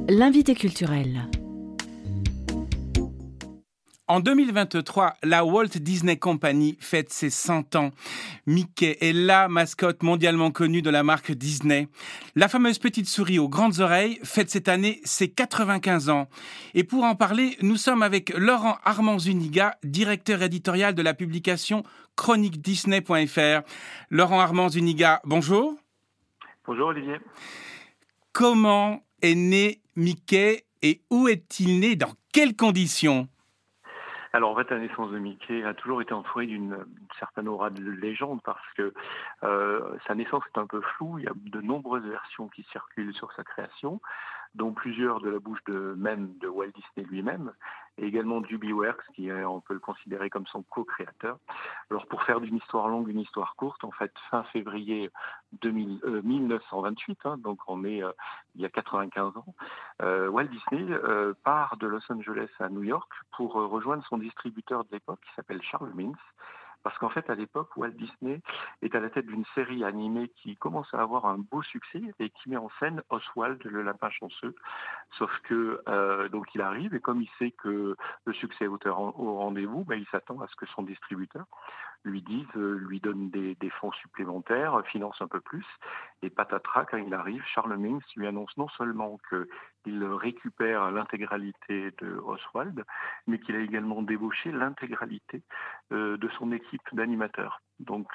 L'invité culturel. En 2023, la Walt Disney Company fête ses 100 ans. Mickey est la mascotte mondialement connue de la marque Disney. La fameuse petite souris aux grandes oreilles fête cette année ses 95 ans. Et pour en parler, nous sommes avec Laurent Armand Zuniga, directeur éditorial de la publication chroniquedisney.fr. Laurent Armand Zuniga, bonjour. Bonjour Olivier. Comment est né Mickey et où est-il né? Dans quelles conditions? Alors en fait, la naissance de Mickey a toujours été entourée d'une certaine aura de légende parce que sa naissance est un peu floue. Il y a de nombreuses versions qui circulent sur sa création, dont plusieurs de la bouche de Walt Disney lui-même, et également d'Ubi Werks, qui on peut le considérer comme son co-créateur. Alors pour faire d'une histoire longue une histoire courte, en fait, fin février 1928, donc on est il y a 95 ans, Walt Disney part de Los Angeles à New York pour rejoindre son distributeur de l'époque qui s'appelle Charles Mintz. Parce qu'en fait, à l'époque, Walt Disney est à la tête d'une série animée qui commence à avoir un beau succès et qui met en scène Oswald, le lapin chanceux. Sauf que, donc il arrive et comme il sait que le succès est au rendez-vous, il s'attend à ce que son distributeur lui donne des fonds supplémentaires, finance un peu plus. Et patatras, quand il arrive, Charles Mintz lui annonce non seulement qu'il récupère l'intégralité de Oswald, mais qu'il a également débauché l'intégralité de son équipe d'animateurs. Donc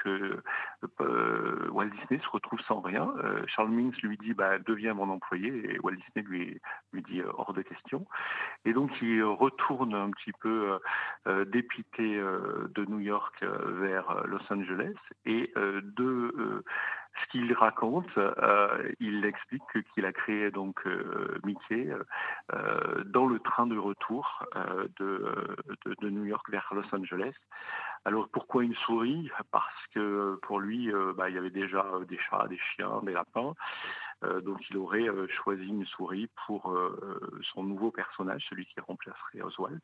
Walt Disney se retrouve sans rien. Charles Mintz lui dit deviens mon employé et Walt Disney lui dit hors de question. Et donc il retourne un petit peu dépité de New York vers Los Angeles et ce qu'il raconte, il explique qu'il a créé donc Mickey dans le train de retour de New York vers Los Angeles. Alors pourquoi une souris? Parce que pour lui, il y avait déjà des chats, des chiens, des lapins. Donc il aurait choisi une souris pour son nouveau personnage, celui qui remplacerait Oswald.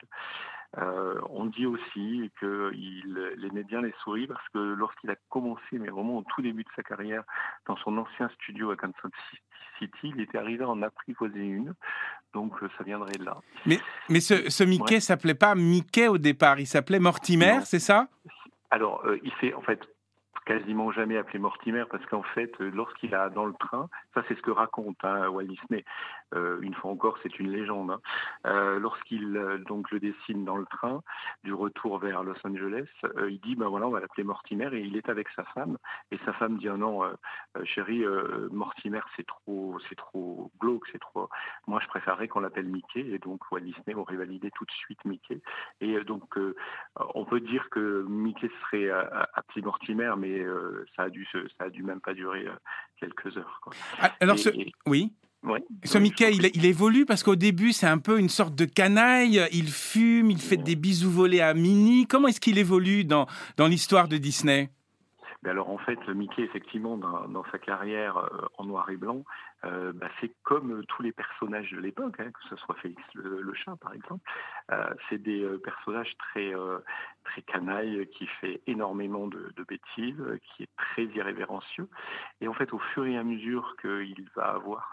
On dit aussi qu'il aimait bien les souris parce que lorsqu'il a commencé, mais vraiment au tout début de sa carrière, dans son ancien studio à Kansas City, il était arrivé à en apprivoiser une. Donc ça viendrait de là. Mais ce Mickey s'appelait pas Mickey au départ, il s'appelait Mortimer, c'est ça? Alors il s'est en fait quasiment jamais appelé Mortimer parce qu'en fait, lorsqu'il a dans le train, ça c'est ce que raconte Walt Disney. Une fois encore, c'est une légende. Lorsqu'il donc le dessine dans le train du retour vers Los Angeles, il dit on va l'appeler Mortimer et il est avec sa femme et sa femme dit non chérie, Mortimer c'est trop glauque, c'est trop. Moi je préférerais qu'on l'appelle Mickey et donc Walt Disney aurait validé tout de suite Mickey et donc on peut dire que Mickey serait appelé Mortimer mais ça a dû même pas durer quelques heures, quoi. Alors oui. Ce Mickey, il évolue parce qu'au début, c'est un peu une sorte de canaille. Il fume, il fait des bisous volés à Minnie. Comment est-ce qu'il évolue dans l'histoire de Disney? Alors en fait, Mickey, effectivement, dans sa carrière en noir et blanc, c'est comme tous les personnages de l'époque, que ce soit Félix le chat par exemple. C'est des personnages très canailles, qui fait énormément de bêtises, qui est très irrévérencieux. Et en fait, au fur et à mesure qu'il va avoir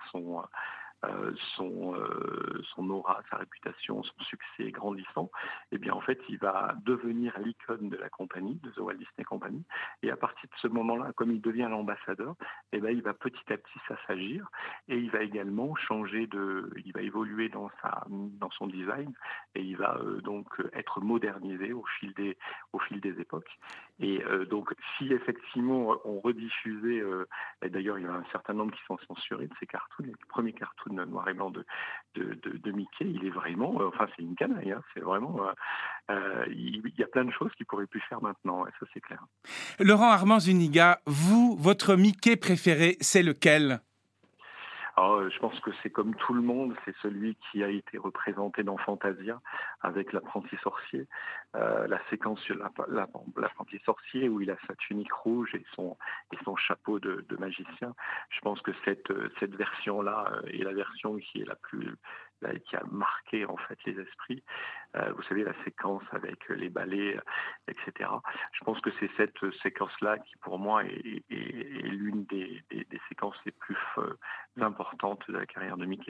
son aura, sa réputation, son succès grandissant, et bien en fait il va devenir l'icône de la compagnie, de The Walt Disney Company, et à partir de ce moment-là, comme il devient l'ambassadeur, il va petit à petit s'assagir et il va également il va évoluer dans son design et il va donc être modernisé au fil des époques. Et donc si effectivement on rediffusait, et d'ailleurs il y a un certain nombre qui sont censurés de ces cartoons, les premiers cartoons noir et blanc de Mickey, il est vraiment, c'est une canaille, c'est vraiment, il y a plein de choses qu'il pourrait plus faire maintenant, ça c'est clair. Laurent Armand Zuniga, votre Mickey préféré, c'est lequel? Alors, je pense que c'est comme tout le monde, c'est celui qui a été représenté dans Fantasia avec l'apprenti sorcier, la séquence sur l'apprenti sorcier où il a sa tunique rouge et son chapeau de magicien. Je pense que cette version-là est la version qui est qui a marqué en fait les esprits. Vous savez, la séquence avec les balais, etc. Je pense que c'est cette séquence-là qui, pour moi, est l'une des séquences les plus importantes de la carrière de Mickey.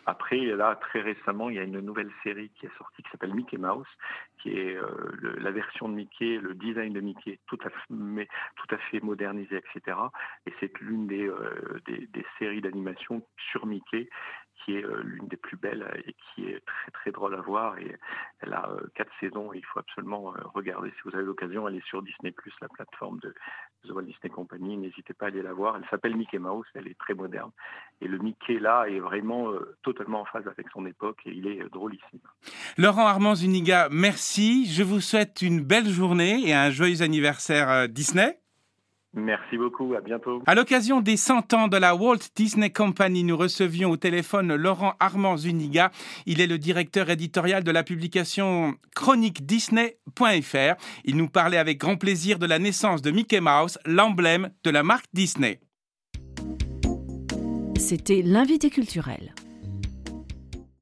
Après, là, très récemment, il y a une nouvelle série qui est sortie qui s'appelle Mickey Mouse, qui est la version de Mickey, le design de Mickey tout à fait modernisé, etc. Et c'est l'une des séries d'animation sur Mickey qui est l'une des plus belles et qui est très très drôle à voir. Et elle a 4 saisons et il faut absolument regarder si vous avez l'occasion. Elle est sur Disney+, la plateforme de The Walt Disney Company. N'hésitez pas à aller la voir. Elle s'appelle Mickey Mouse, elle est très moderne. Et le Mickey là est vraiment totalement en phase avec son époque et il est drôlissime. Laurent Armand Zuniga, merci. Je vous souhaite une belle journée et un joyeux anniversaire Disney. Merci beaucoup, à bientôt. À l'occasion des 100 ans de la Walt Disney Company, nous recevions au téléphone Laurent Armand Zuniga. Il est le directeur éditorial de la publication chroniquedisney.fr. Il nous parlait avec grand plaisir de la naissance de Mickey Mouse, l'emblème de la marque Disney. C'était l'invité culturel.